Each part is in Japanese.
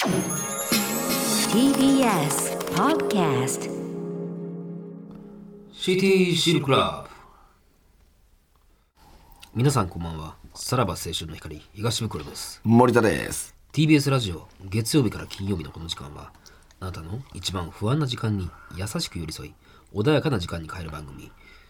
TBS Podcast CT シルクラブ。皆さんこんばんは。さらば青春の光東袋です。 森田です。 TBS ラジオ月曜日から金曜日のこの時間はあなたの一番不安な時間に優しく寄り添い穏やかな時間に変える番組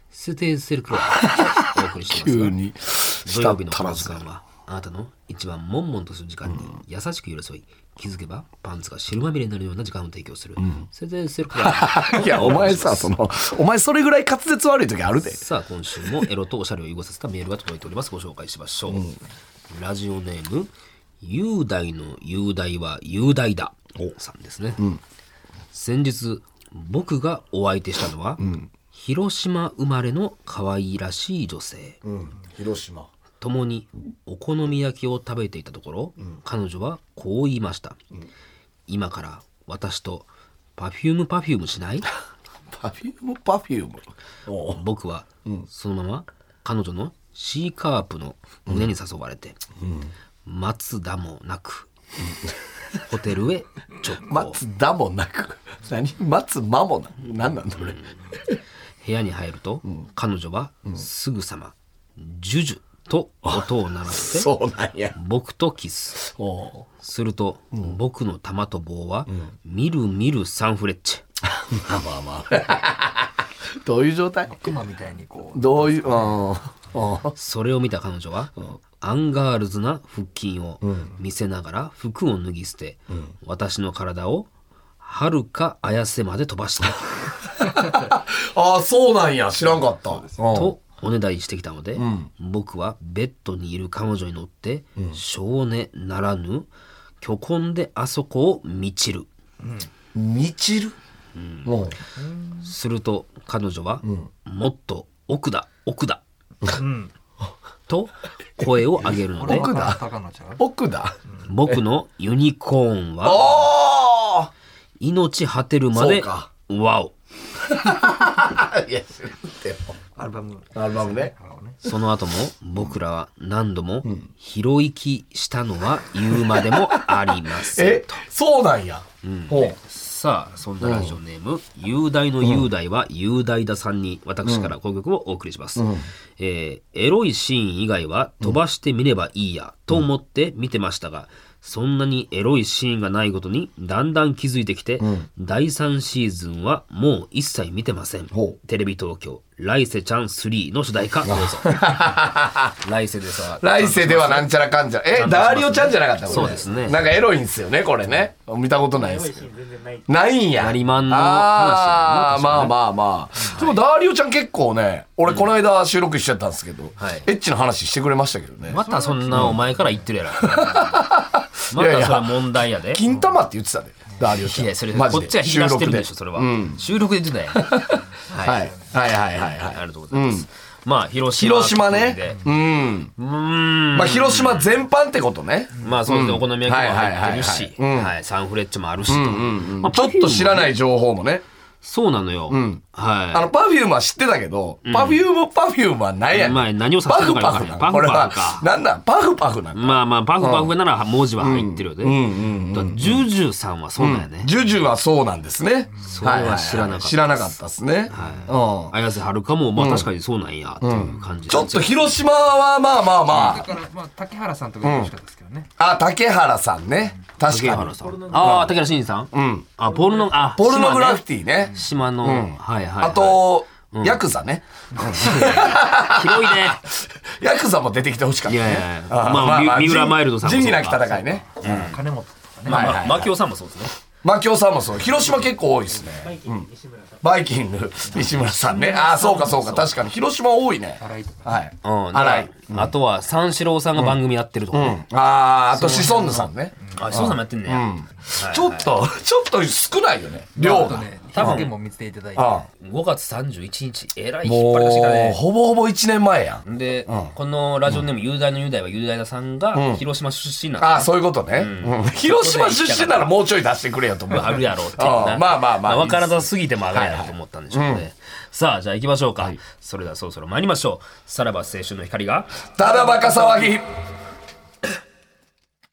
CT シルクラブをお送りしていますが急に土曜日のこの時間はあなたの一番悶々とする時間に優しく寄り添い気づけばパンツが汁まみれになるような時間を提供するCT シルクラブ。 いやお前さお前それぐらい滑舌悪い時あるで。 さあ今週もエロとおしゃれを融合させたメールが届いております。ご紹介しましょう、ラジオネーム雄大の雄大は雄大ださんですね、先日僕がお相手したのは、広島生まれの可愛らしい女性、 広島。 共にお好み焼きを食べていたところ、彼女はこう言いました、今から私とパフュームしない？ パフューム。 僕はそのまま彼女の C カープの胸に誘われて、待つだもなく、ホテルへ直行。 待つだもなく待つ間もなく何なんだこれ。 部屋に入ると、彼女はすぐさまジュジュと音を鳴らせてそうなんや。 僕とキスすると、僕の玉と棒は、みるみるサンフレッチェ。 まあどういう状態？ クマみたいにこうどういうそれを見た彼女は、アンガールズな腹筋を見せながら服を脱ぎ捨て、私の体を遥か綾瀬まで飛ばしたああそうなんや。知らんかった。 とおねだりしてきたので、僕はベッドにいる彼女に乗って、性根ならぬ虚根であそこを満ちる、 満ちる、 すると彼女は、もっと奥だと声を上げるので、 奥だ高野ちゃん奥だ。 僕のユニコーンはお命果てるまでそうかワオ。 ーいや知ってよ。 アルバムね。 その後も僕らは何度も拾いきしたのは言うまでもありませんと。 そうなんや。 さあそんなラジオネーム、雄大の雄大は雄大ださんに私からこの曲をお送りします、エロいシーン以外は飛ばしてみればいいやと思って見てましたが、そんなにエロいシーンがないことにだんだん気づいてきて、第3シーズンはもう一切見てません。テレビ東京来世ちゃん3の主題歌どうぞ。来世でさ、 来世ではなんちゃらかんちゃら。ダーリオちゃんじゃなかったこれ。 そうですね。 なんかエロいんすよねこれね。見たことないですけど。ないんや。 ガリマンのああ話、 まあ。でもダーリオちゃん結構ね、俺この間収録しちゃったんですけど、エッチの話してくれましたけどね。 またそんなお前から言ってるやろ。またそれは問題やで。 金玉って言ってたでダーリオちゃん。 いやそれマジでこっちは引き出してるんでしょそれは、収録で言ってたやん。 はいありがとうございます、まあ広島ね。まあ広島全般ってことね。 まあそうですね、お好み焼きも入ってるし、サンフレッチェもあるしと、 ちょっと知らない情報もね。 そうなのよ、はい。 パフュームは知ってたけど、パフュームは何やねん。 まあ何を指してるのか分からない。パフパフか。 なんだパフなんまあまあパフパフなら文字は入ってるよね。ジュジュさんはそうだよね。 ジュジュはそうなんですね。 それは知らなかった。 知らなかったですね。 綾瀬はるかもまあ確かにそうなんやっていう感じ。 ちょっと広島はまあ。 だからまあ竹原さんとか欲しかったですけどね。 竹原さんね。確かに。 竹原慎二さん。ポルノグラフィティね。 島の、 あと、ヤクザね。 広いね。 ヤクザも出てきてほしかったね。 いやまあ三浦マイルドさんも仁義なき戦いね。 金本とかね。 マキオさんもそうですね。 マキオさんもそう。広島結構多いですね。バイキング西村さんね。そうか確かに広島多いね。はい。 荒井。あとは三四郎さんが番組やってるとかね。 あとシソンヌさんね。 シソンヌさんもやってんねや。 ちょっと少ないよね量が。 多分も見つけていただいて 5月31日えらい引っ張り出しがね。 もうほぼ1年前やん。 でこのラジオネーム雄大の雄大は雄大ださんが広島出身なんです。 そういうことね。広島出身ならもうちょい出してくれよと思う。 あるやろってまあ分からなすぎてもあがやろと思ったんでしょうね。さあじゃあ行きましょうか。それではそろそろ参りましょう。さらば青春の光がただバカ騒ぎ。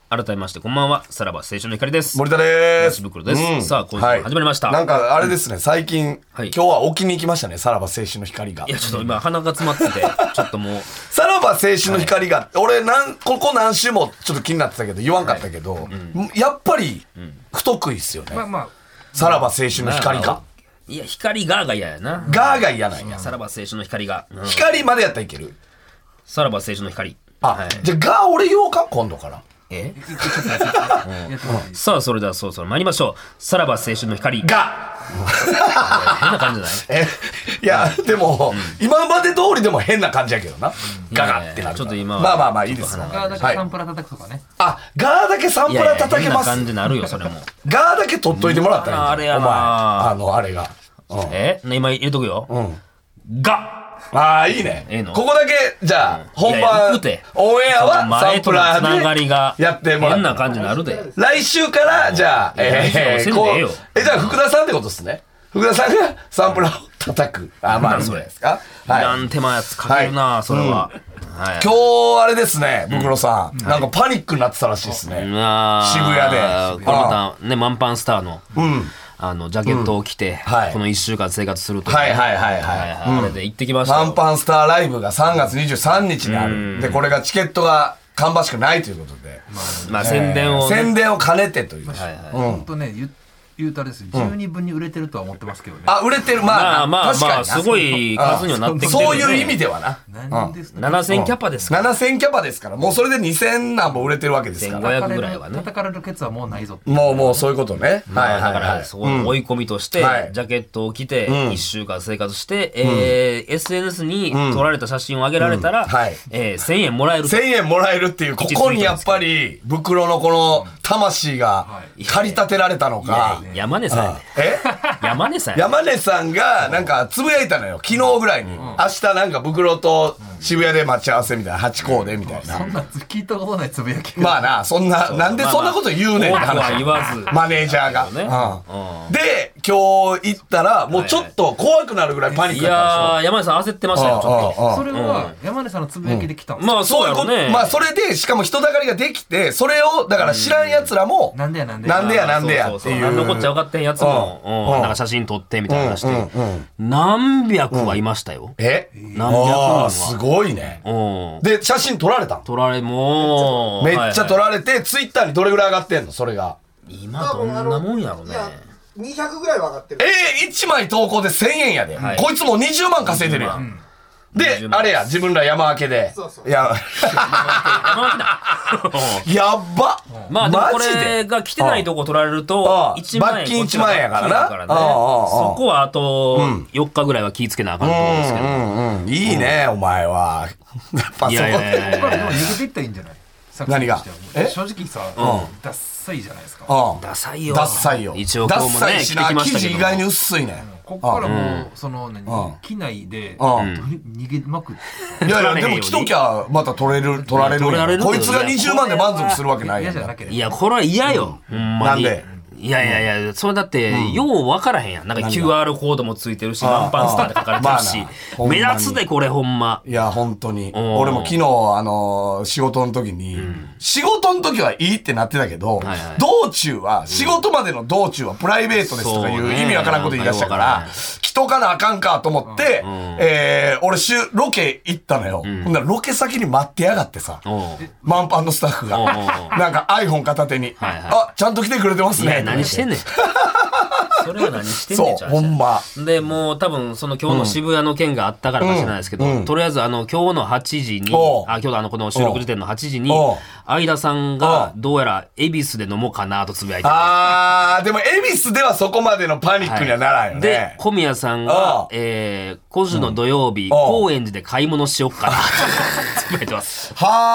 改めましてこんばんは、さらば青春の光です。 森田です。 東袋です。さあ今週も始まりました。 なんかあれですね、最近、 はい今日は置きに行きましたね、さらば青春の光がい。やちょっと今鼻が詰まっててちょっともうさらば青春の光が、俺ここ何週もちょっと気になってたけど言わんかったけど、やっぱり不得意っすよね、さらば青春の光が。 いや光が嫌やな。 ガーが嫌なんや。 さらば青春の光が、 光までやったらいける。 さらば青春の光。 じゃあガー俺言おうか今度から。 さあそれではそろそろ参りましょう。さらば青春の光ガ変な感じじゃない？ いやでも、今まで通りでも変な感じやけどな。ガガってなるから。 ちょっと今まあいいですよ。 ガーだけサンプラ叩くとかね。 ガーだけサンプラ叩けます。 変な感じになるよそれも。 ガーだけ取っといてもらったらいいんじゃん。 あれやな。 お前あれが。 今入れとくよ。ガいいね。ここだけじゃあ本番オンエアはサンプラーでやってもらって。 変な感じになるで。 来週からじゃあじゃあ福田さんってことですね。福田さんがサンプラーを叩く。いいんじゃないですか。 なん手間やつかけるなそれは。 今日あれですね、ブクロさんなんかパニックになってたらしいですね、渋谷で。 これまたねマンパンスターのジャケットを着てこの1週間生活するというあれで行ってきましたよ。 マンパンスターライブが3月23日にある。でこれがチケットが芳しくないということで、宣伝を兼ねてという。 本当ね言うとあれです。十二分に売れてるとは思ってますけどね。 売れてる。まあ確かにすごい数にはなってきてる。 そういう意味ではな。 7000キャパですから。 7000キャパですから、もうそれで2000何本売れてるわけですから。 1500ぐらいはね。 叩かれるケツはもうないぞ。 もうそういうことね。 だからそこの追い込みとしてジャケットを着て1週間生活してSNS に撮られた写真を上げられたら1000円もらえる。 1000円もらえるっていう、ここにやっぱり袋のこの魂が駆り立てられたのか。 山根さんやね。山根さんがなんかつぶやいたのよ、昨日ぐらいに。明日なんか袋と渋谷で待ち合わせみたいな、ハチ公でみたいな。 そんな聞いたことないつぶやき。 まあな、そんななんでそんなこと言うねんって話。 言わずマネージャーが。で今日行ったらもうちょっと怖くなるぐらいパニックだったでしょ。 いや山根さん焦ってましたよちょっと。 それは山根さんのつぶやきで来たんですか。まあそうやろね。 まあそれでしかも人だかりができて、それをだから知らんやつらもなんでやっていう、 何のこっちゃ分かってんやつもなんか写真撮ってみたいな話で何百はいましたよ。何百はすごいね。で写真撮られたん？ 撮られもうめっちゃ撮られて、ツイッターにどれぐらい上がってんのそれが。 今どんなもんやろね。 200ぐらいは上がってる。 1枚投稿で1000円やで。こいつもう20万稼いでるやん。であれや、自分ら山分けで。いややっば。 まあでもこれが来てないとこ取られると罰金1万円やからな。 そこはあと4日ぐらいは気ぃつけなあかんと思うんですけど。 いいねお前は。 いやいやいやここからでも逃げていったらいいんじゃない？ 何が？ 正直さ、ダッサいじゃないですか。 ダサいよ。 ダッサいよ。 一応今日もね着てきましたけど。 生地意外に薄いね。 ここからもうその機内で逃げまくって。 いやでも着ときゃまた取られる。こいつが20万で満足するわけないやん。 いやこれは嫌よ。ほんまに。なんで？いやそれだってよう分からへんやん。なんか QR コードもついてるしマンパンスターって書かれてるし目立つでこれほんま。 いや本当に俺も昨日仕事の時に、仕事の時はいいってなってたけど、道中は仕事までの道中はプライベートですとかいう意味わからんこと言い出したから着とかなあかんかと思って俺ロケ行ったのよ。ほんならロケ先に待ってやがってさ、マンパンのスタッフがなんか iPhone 片手にちゃんと来てくれてますね。 何してんねん。それは何してんねん。 そうほんまでもう多分その今日の渋谷の件があったからか知らないですけど、とりあえず今日の8時に今日のこの収録時点の8時に相田さんがどうやら恵比寿で飲もうかなとつぶやいてて、 でも恵比寿ではそこまでのパニックにはならんよね。 で小宮さんが今週の土曜日高円寺で買い物しよっかなとつぶやいてます。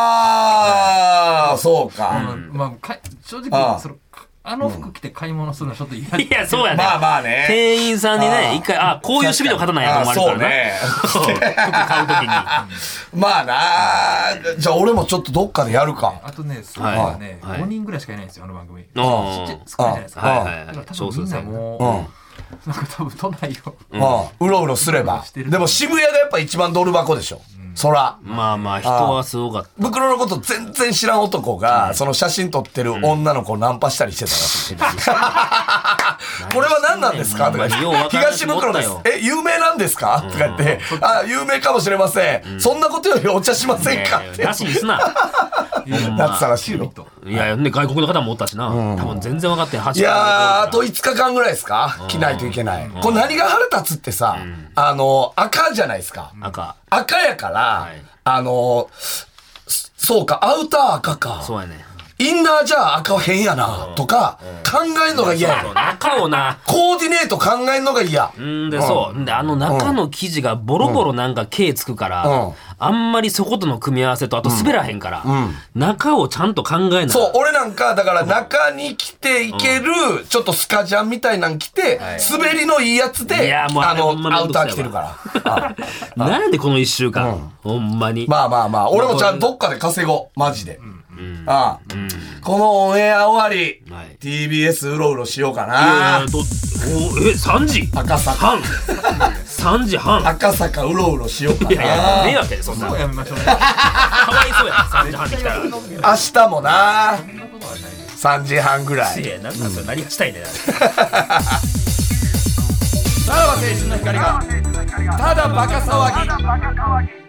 そうか。 まあ正直服着て買い物するのはちょっと嫌。 いやそうやね。 まあね。 店員さんにね一回こういう趣味の方なんやと思われたらね。服買う時に。 まあな。じゃあ俺もちょっとどっかでやるか。 あとねそうはね5人ぐらいしかいないんですよ番組。少ないじゃないですか。だから多分みんなもなんか多分都内をうろうろすれば。でも渋谷がやっぱ一番ドル箱でしょ。 そら。 まあまあ人はすごかった。 袋のこと全然知らん男が、その写真撮ってる女の子をナンパしたりしてたらしい。これは何なんですかとか言って、東袋です。有名なんですかとか言って、有名かもしれません。そんなことよりお茶しませんかって。 なしにすな。 なってたらしいの。 いや、ね、外国の方もおったしな。多分全然分かってん。 いやあと5日間ぐらいですか着ないといけない。これ何が腹立つってさ、赤じゃないですか。赤やから、そうか、アウター赤か。 そうやね。 インナーじゃあ赤変やな、とか、考えるのが嫌や。 中をな。 コーディネート考えるのが嫌。 で、そう。で、中の生地がボロボロなんか毛つくから、あんまりそことの組み合わせと、あと滑らへんから、中をちゃんと考えない。 そう、俺なんか、だから中に着ていける、ちょっとスカジャンみたいなん着て、滑りのいいやつで、アウター着てるから。 なんでこの1週間、ほんまに。 まあ、俺もちゃんとどっかで稼ごう、マジで。このオンエア終わり、TBS うろうろしようかな。 3時赤坂半3時半赤坂うろうろしようかな。 いや迷惑やで、そんな。 そうやめましょうね。 かわいそうや、3時半で来たら。 明日もな、3時半ぐらい。 いや、なんかそれ何がしたいねん。 さらば青春の光がただバカ騒ぎ。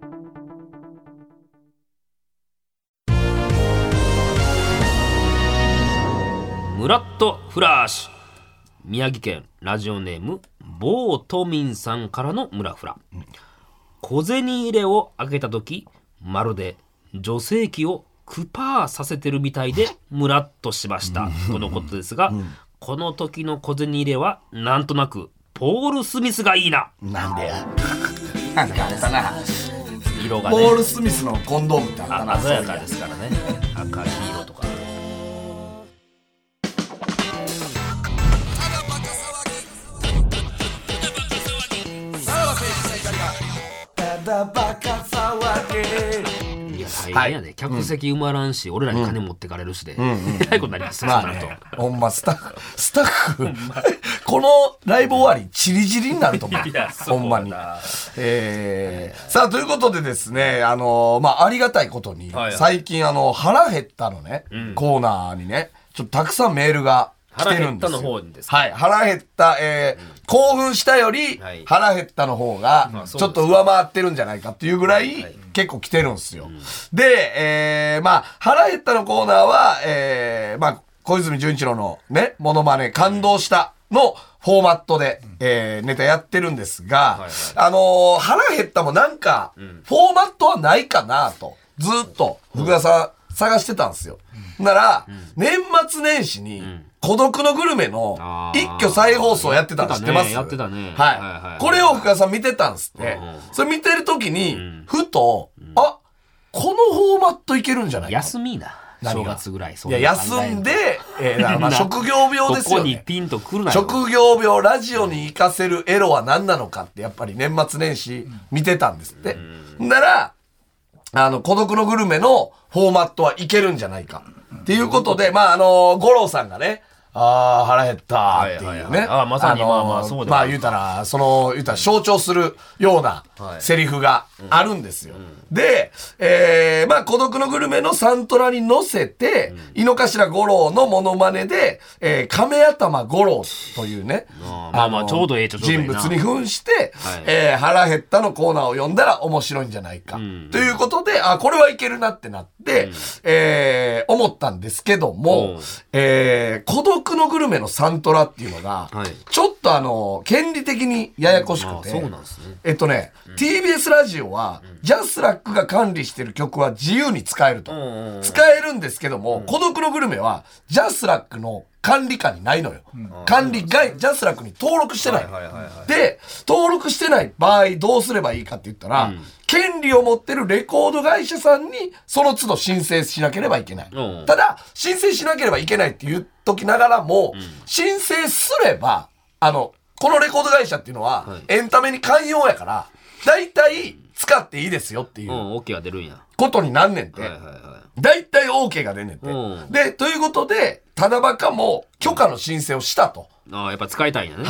ムラッとフラッシュ。宮城県ラジオネームボートミンさんからのムラフラ。小銭入れを開けた時、まるで女性器をクパーさせてるみたいでムラッとしましたとのことですが、この時の小銭入れはなんとなくポール・スミスがいいな。 なんでや。なんかあったな、 色がね。 ポール・スミスのコンドームってあったな。 鮮やかですからね。赤黄色とか。いや大変やね、客席埋まらんし、俺らに金持ってかれるしで、えらいことになりますよ。 まあね、ほんまスタッフこのライブ終わりチリチリになると思う。ほんまに。さあということでですね、ありがたいことに、最近腹減ったのね、コーナーにね、ちょっとたくさんメールが来てるんですよ。 腹減ったの方にですか。 はい、腹減った、興奮したより腹減ったの方がちょっと上回ってるんじゃないかっていうぐらい結構来てるんですよ。で、腹減ったのコーナーは、小泉純一郎のね、モノマネ感動したのフォーマットで、ネタやってるんですが、腹減ったもなんか、フォーマットはないかなと、ずっと福田さん探してたんですよ。なら、年末年始に、孤独のグルメの一挙再放送やってたの知ってます？ やってたね。 はい。これを福田さん見てたんですって。それ見てるときに、ふと、このフォーマットいけるんじゃないか。 休みな。正月ぐらい。 いや、休んで、職業病ですよね。 ここにピンとくるなよ。 職業病、ラジオに活かせるエロは何なのかって、やっぱり年末年始見てたんですって。なら、孤独のグルメのフォーマットはいけるんじゃないか。っていうことで、五郎さんがね、腹減ったっていうね。 まさにそうだ。 言うたら、言うたら象徴するようなセリフがあるんですよ。で、孤独のグルメのサントラに載せて、井の頭五郎のモノマネで、亀頭五郎というね、 ちょうど人物に扮して、腹減ったのコーナーを読んだら面白いんじゃないか。ということで、これはいけるなってなって、思ったんですけども、孤独のグルメのサントラっていうのが、ちょっと権利的にややこしくて、 そうなんですね。 TBS ラジオは、ジャスラックが管理してる曲は自由に使えると。使えるんですけども、孤独のグルメは、ジャスラックの管理下にないのよ。管理外、ジャスラックに登録してない。で、登録してない場合どうすればいいかって言ったら、権利を持ってるレコード会社さんにその都度申請しなければいけない。ただ、申請しなければいけないって言っときながらも、申請すれば、このレコード会社っていうのは、エンタメに寛容やから、だいたい使っていいですよっていう。 OK が出るんや。 ことになんねんて。だいたい OK が出んねんて。で、ということで、ただバカも許可の申請をしたと。 やっぱ使いたいんやね。 はい。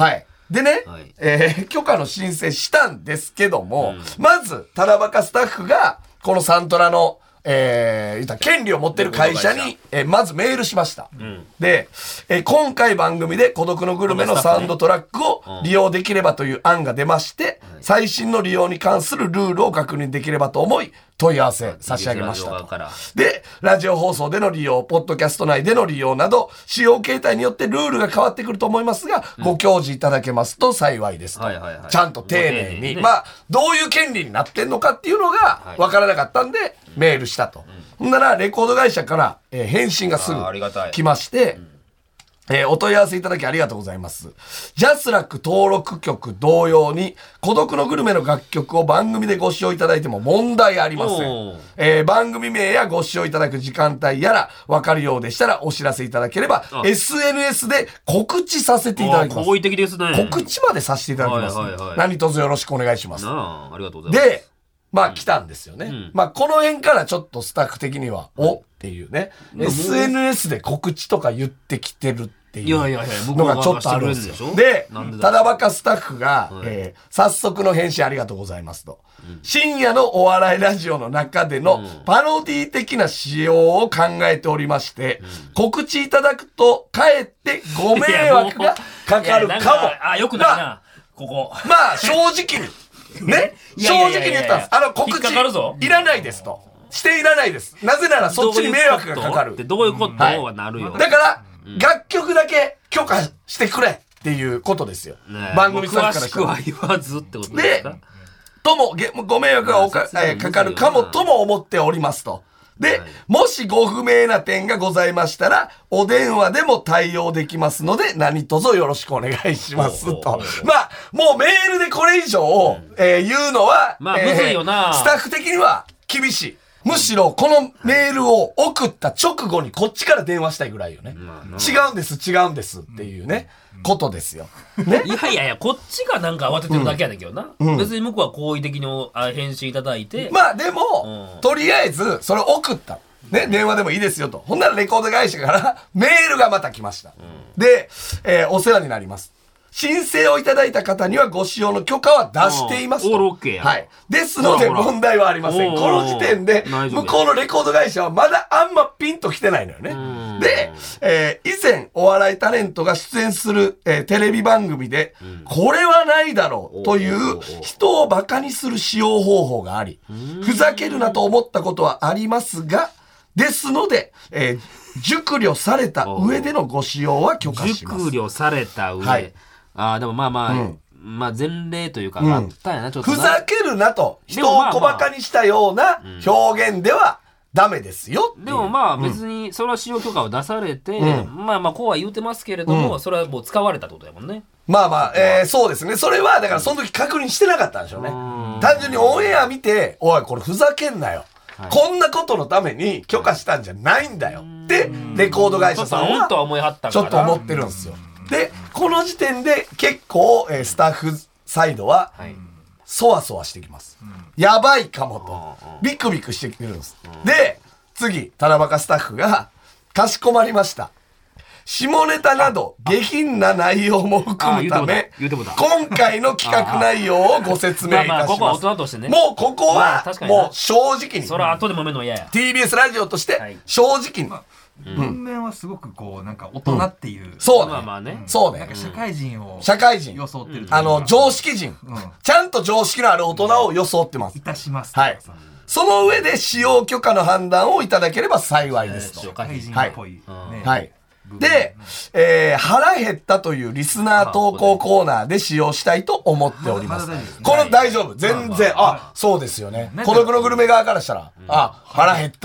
でね、 はい、 許可の申請したんですけども、まず、ただバカスタッフが、このサントラの、言った権利を持ってる会社に、まずメールしました。で、今回番組で孤独のグルメのサウンドトラックを利用できればという案が出まして、最新の利用に関するルールを確認できればと思い、問い合わせ差し上げましたと。で、ラジオ放送での利用、ポッドキャスト内での利用など、使用形態によってルールが変わってくると思いますが、ご教示いただけますと幸いですと。ちゃんと丁寧に、まあ、どういう権利になってんのかっていうのが分からなかったんで、メールしたと。ほんなら、レコード会社から、返信がすぐ来まして、お問い合わせいただきありがとうございます。ジャスラック登録曲同様に、孤独のグルメの楽曲を番組でご使用いただいても問題ありません。番組名やご使用いただく時間帯やら分かるようでしたらお知らせいただければ、SNS で告知させていただきます。 好意的ですね。 告知までさせていただきます。何卒よろしくお願いします。 ありがとうございます。 で、まあ来たんですよね。まあこの辺からちょっとスタッフ的には、っていうね、SNS で告知とか言ってきてるっていうのがちょっとあるんですよ。で、ただバカスタッフが、早速の返信ありがとうございますと。深夜のお笑いラジオの中でのパロディ的な仕様を考えておりまして、告知いただくとかえってご迷惑がかかるかも。 よくないな、ここ。 まあ正直に。ね、正直に言ったんです。告知いらないですと。していらないです。なぜならそっちに迷惑がかかる。 どういうことはなるよ。 だから、楽曲だけ許可してくれっていうことですよ。番組スタッフからしたら。 詳しくは言わずってことですか。で、 ご迷惑がかかるかもとも思っておりますと。で、もしご不明な点がございましたら、お電話でも対応できますので、何卒よろしくお願いしますと。まあ、もうメールでこれ以上、言うのは、 まあ、むずいよな。 スタッフ的には厳しい。むしろ、このメールを送った直後にこっちから電話したいぐらいよね。違うんです、違うんですっていうね、ことですよ。ね。 いや、こっちがなんか慌ててるだけやねんけどな。別に向こうは好意的に返信いただいて。 まあでも、とりあえず、それを送った。ね、電話でもいいですよと。ほんならレコード会社からメールがまた来ました。で、お世話になります。申請をいただいた方にはご使用の許可は出していますと。はい。ですので問題はありません。この時点で、向こうのレコード会社はまだあんまピンと来てないのよね。で、以前お笑いタレントが出演する、テレビ番組で、これはないだろうという人をバカにする使用方法があり、ふざけるなと思ったことはありますが、ですので、熟慮された上でのご使用は許可します。 熟慮された上。はい。でもまあ前例というかあったんやな、ちょっとな。 ふざけるなと、人を小馬鹿にしたような表現ではダメですよ。 でもまあ別にそれは使用許可を出されて、まあこうは言うてますけれども、それはもう使われたってことやもんね。 まあ、そうですね。それはだからその時確認してなかったんでしょうね。単純にオンエア見て、おいこれふざけんなよ。こんなことのために許可したんじゃないんだよってレコード会社さんはちょっと思ってるんですよ。で、この時点で結構、スタッフサイドは、そわそわしてきます。やばいかもと。ビクビクしてきてるんです。で、次、ただバカスタッフが、かしこまりました。下ネタなど下品な内容も含むため、今回の企画内容をご説明いたします。 ここは大人としてね。 もうここは、もう正直に。 それは後でもめるの嫌や。 TBS ラジオとして、正直に。 文面はすごくこうなんか大人っていう、 そうね、 そうね、 なんか社会人装ってる、 常識人、ちゃんと常識のある大人を装ってます。 いたします。 はい。その上で使用許可の判断をいただければ幸いですと。 社会人っぽい。 はい。で、腹減ったというリスナー投稿コーナーで使用したいと思っております。この大丈夫。全然、そうですよね。孤独のグルメ側からしたら、腹減った。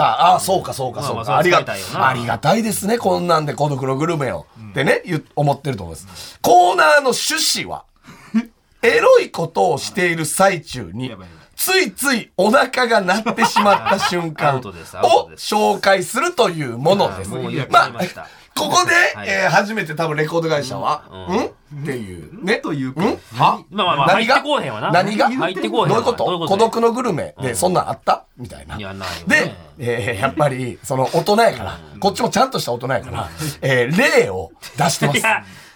そうか。ありがたいですね。こんなんで孤独のグルメを。ってね、思ってると思います。コーナーの趣旨は、エロいことをしている最中に、ついついお腹が鳴ってしまった瞬間を紹介するというものです。まあ、ここで、初めて多分レコード会社は、っていうね。 というか。 入ってこうへんわな。 何が入ってこうへん。 どういうこと孤独のグルメでそんなんあったみたいな。で、やっぱり、その大人やから、こっちもちゃんとした大人やから、例を出してます。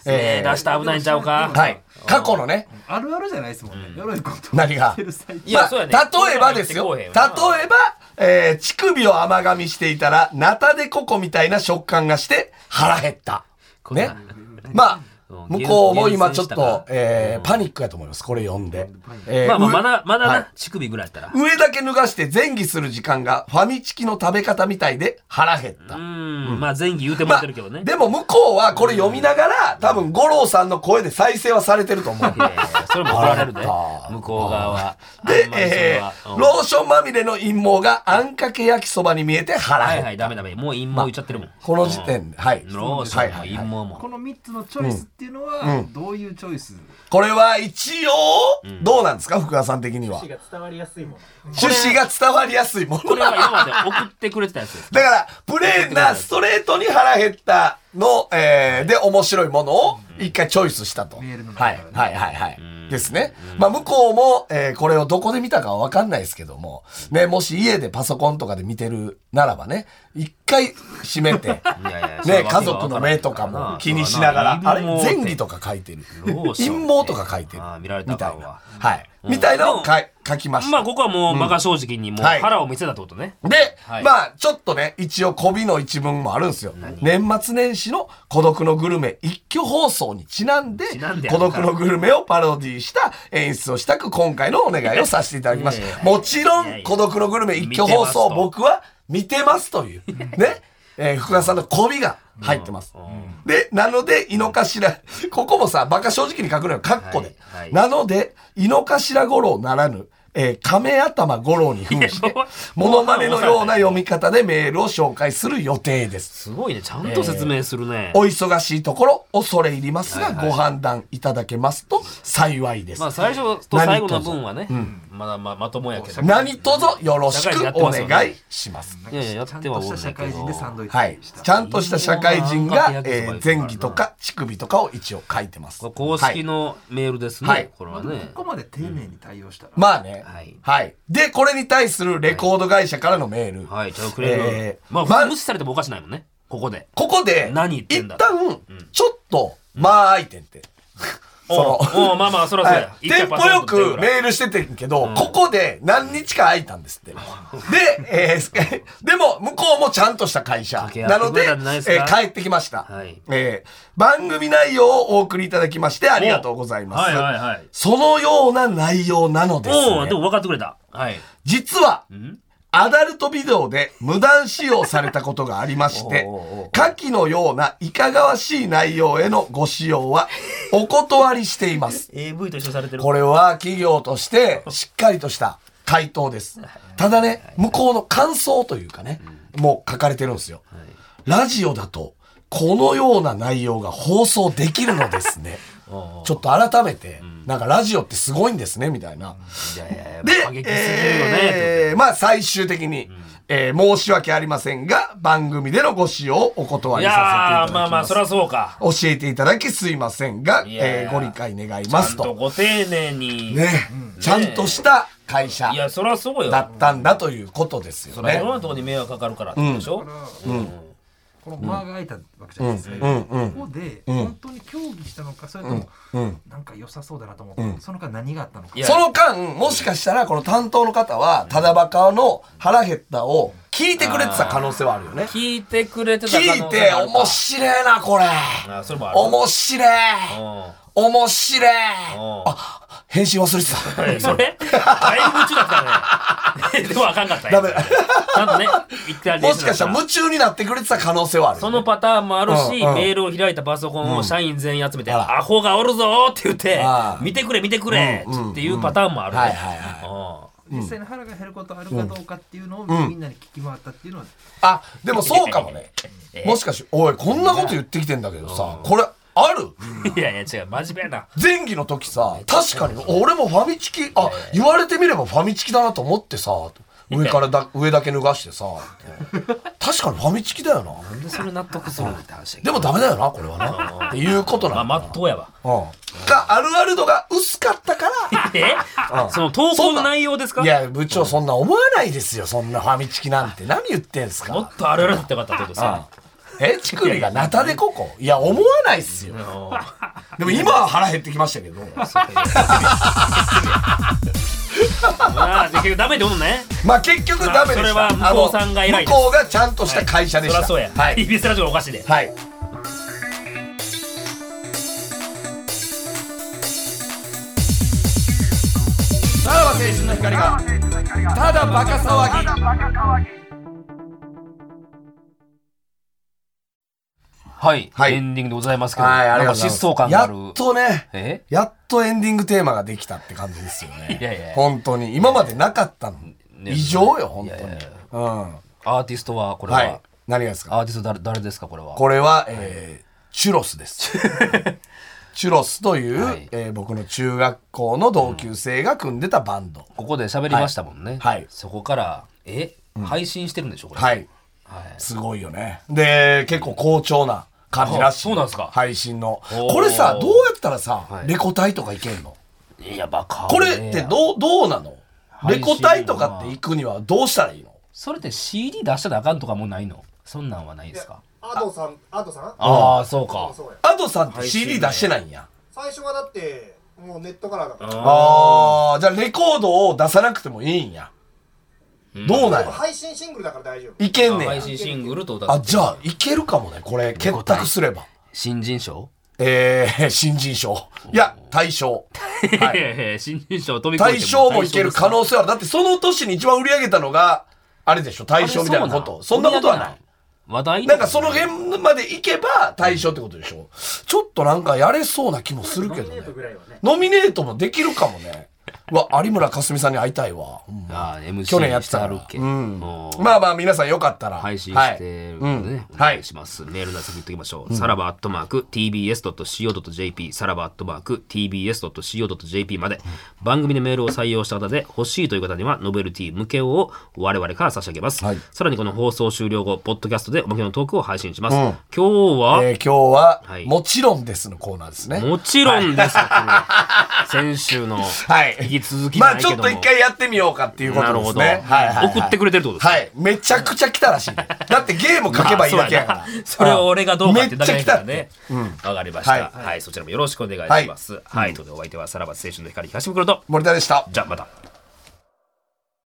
出したら危ないんちゃうか。 はい。過去のね。 あるあるじゃないですもんね。鎧子と何が。 いや、そうやね。 例えばですよ。例えば、乳首を甘噛みしていたら、ナタデココみたいな食感がして腹減った。ね。まあ、向こうも今ちょっと、パニックやと思います。これ読んで。 まだな、乳首ぐらいやったら。 上だけ脱がして前戯する時間がファミチキの食べ方みたいで腹減った。 まあ前戯言うてもらってるけどね。 でも向こうはこれ読みながら、多分五郎さんの声で再生はされてると思う。 それも怒られるね。向こう側は。 で、ローションまみれの陰謀があんかけ焼きそばに見えて腹減った。 はいはい、ダメ。もう陰謀言っちゃってるもん。 この時点で、はい。 ローションの陰謀も。 この3つのチョイスっていうのは、どういうチョイス？ これは一応、どうなんですか福田さん的には。 趣旨が伝わりやすいもの。 趣旨が伝わりやすいもの。 これは今まで送ってくれてたやつです。 だから、プレーンなストレートに腹減ったの、で面白いものを一回チョイスしたと。はい。ですね。まあ向こうも、これをどこで見たかはわかんないですけども、ね、もし家でパソコンとかで見てるならばね、一回閉めて、ね、家族の目とかも気にしながら、あれ前戯とか書いてる。陰謀とか書いてる。 見られたみたいな。はい。みたいなのを書きました。 まあここはもう馬鹿正直にもう腹を見せたってことね。 で、まあちょっとね、一応媚びの一文もあるんですよ。年末年始の孤独のグルメ一挙放送にちなんで、孤独のグルメをパロディした演出をしたく今回のお願いをさせていただきました。もちろん孤独のグルメ一挙放送僕は見てますという、ね、福田さんの媚びが入ってます。で、なので、井の頭、ここもさ、バカ正直に書くのよ、カッコで。なので、井の頭五郎ならぬ、亀頭五郎に扮して、モノマネのような読み方でメールを紹介する予定です。 すごいね、ちゃんと説明するね。 お忙しいところ、恐れ入りますが、ご判断いただけますと幸いです。 まあ、最初と最後の分はね、まともやけど。 何卒よろしくお願いします。 いややってはおるね社会人でサンドイッチ。 はい。ちゃんとした社会人が、前戯とか乳首とかを一応書いてます。 公式のメールですね、これはね。 ここまで丁寧に対応したら。 まあね。はい。で、これに対するレコード会社からのメール。 はい、ちゃんとくれる。まあ、無視されてもおかしないもんね。ここで。何言ってんだ。 一旦、ちょっと、まあ、相手って。 まあ、そらそうや。 テンポよくメールしててんけど、ここで何日か空いたんですって。で、でも、向こうもちゃんとした会社。なので、帰ってきました。番組内容をお送りいただきましてありがとうございます。そのような内容なのですね。 でも分かってくれた。 実は、アダルトビデオで無断使用されたことがありまして、下記のようないかがわしい内容へのご使用はお断りしています。 AV と一緒されてる。 これは企業としてしっかりとした回答です。ただね、向こうの感想というかね、もう書かれてるんですよ。ラジオだとこのような内容が放送できるのですね。ちょっと改めて、なんかラジオってすごいんですねみたいな。で、まあ最終的に、申し訳ありませんが番組でのご使用をお断りさせていただきます。いやまあそりゃそうか。 教えていただきすいませんが、ご理解願いますと。 ちゃんとご丁寧にね、ちゃんとした会社だったんだということですよね。 それはいろんなところに迷惑かかるからってでしょ。 この間が空いたわけじゃないですか。ここで本当に協議したのか、それともなんか良さそうだなと思って、その間何があったのか。 その間もしかしたらこの担当の方はただバカの腹減ったを聞いてくれてた可能性はあるよね。 聞いてくれてた可能性はあるか。 聞いて面白いなこれ。面白い。面白い。あ、返信忘れてた。それだいぶ夢中だったね。でもあかんかったよ。ダメ。ちゃんとね、一回もしかしたら夢中になってくれてた可能性はある。 そのパターンもあるし、メールを開いたパソコンを社員全員集めて、アホがおるぞって言って、見てくれっていうパターンもある。 実際に腹が減ることあるかどうかっていうのをみんなに聞き回ったっていうのは。 あ、でもそうかもね。もしかして、おい、こんなこと言ってきてんだけどさ、これ、ある？ いやいや違う、真面目な前戯の時さ、確かに俺もファミチキ、あ、言われてみればファミチキだなと思ってさ、上だけ脱がしてさ、確かにファミチキだよな。 なんでそれ納得するんって話だけど。でもダメだよなこれはなっていうことなんだ。 まあまっとうやわ。 あるある度が薄かったからその投稿の内容ですか。 いや部長そんな思わないですよ。そんなファミチキなんて何言ってんすか。 もっとあるあるだってよかったってことさ。 乳首がナタデココいや思わないっすよでも今は腹減ってきましたけど結局ダメってことね。 まあ結局ダメでした。 それは向こうさんが偉いです。 向こうがちゃんとした会社でした。 そりゃそうや。 はい。 TBS ラジオのお菓子で。 はい。さらば青春の光がただバカ騒ぎ。 はい、 はい、 エンディングでございますけど、 はい、 なんか疾走感がある。 やっとね、やっとエンディングテーマができたって感じですよね。 いやいや本当に今までなかったの、異常よ本当に。うん。 アーティストはこれは、はい、 何がですか？ アーティスト誰ですかこれは？ これは、チュロスです。チュロスという、はい、僕の中学校の同級生が組んでたバンド。 ここで喋りましたもんね。 はい。 そこから配信してるんでしょこれ？ はい。はい、すごいよね。で結構好調な感じらしい。 そうなんですか。 配信のこれさどうやったらさ、はい、レコ大とか行けんの？ いやバカ。 これってどうなの？レコ大とかって行くにはどうしたらいいの？ それって CD 出したらあかんとかもないの？そんなんはないですか？ アドさんああそうか。 アドさんって CD 出してないんや。 最初はだってもうネットからだから。 ああじゃあレコードを出さなくてもいいんや。どうなんや。 配信シングルだから大丈夫。 いけんねん。 配信シングルとあじゃあいけるかもねこれ結託すれば。 新人賞？ 新人賞。いや大賞。 はい、新人賞飛び越えて大賞もいける可能性はある。だってその年に一番売り上げたのがあれでしょ大賞みたいなこと。そんなことはない。 話題なんかその辺まで行けば大賞ってことでしょ。ちょっとなんかやれそうな気もするけどね。ノミネートもできるかもね。うわ有村架純さんに会いたいわ。去年やってたから。まあまあ皆さんよかったら配信してるのでね、お願いします。メールの先言っておきましょう。さらば@tbs.co.jp さらば@tbs.co.jp まで番組でメールを採用した方で欲しいという方にはノベルティ向けを我々から差し上げます。さらにこの放送終了後ポッドキャストでおまけのトークを配信します。今日はもちろんですのコーナーですね。 もちろんです。先週の引き続きまあちょっと一回やってみようかっていうことですね。 送ってくれてるってことですか？ はい。めちゃくちゃ来たらしい。だってゲーム書けばいいだけやから。 それを俺がどうかってだけだからね。わかりました。はい。そちらもよろしくお願いします。はい。ということでお相手はさらば青春の光東袋と森田でした。 じゃあまた。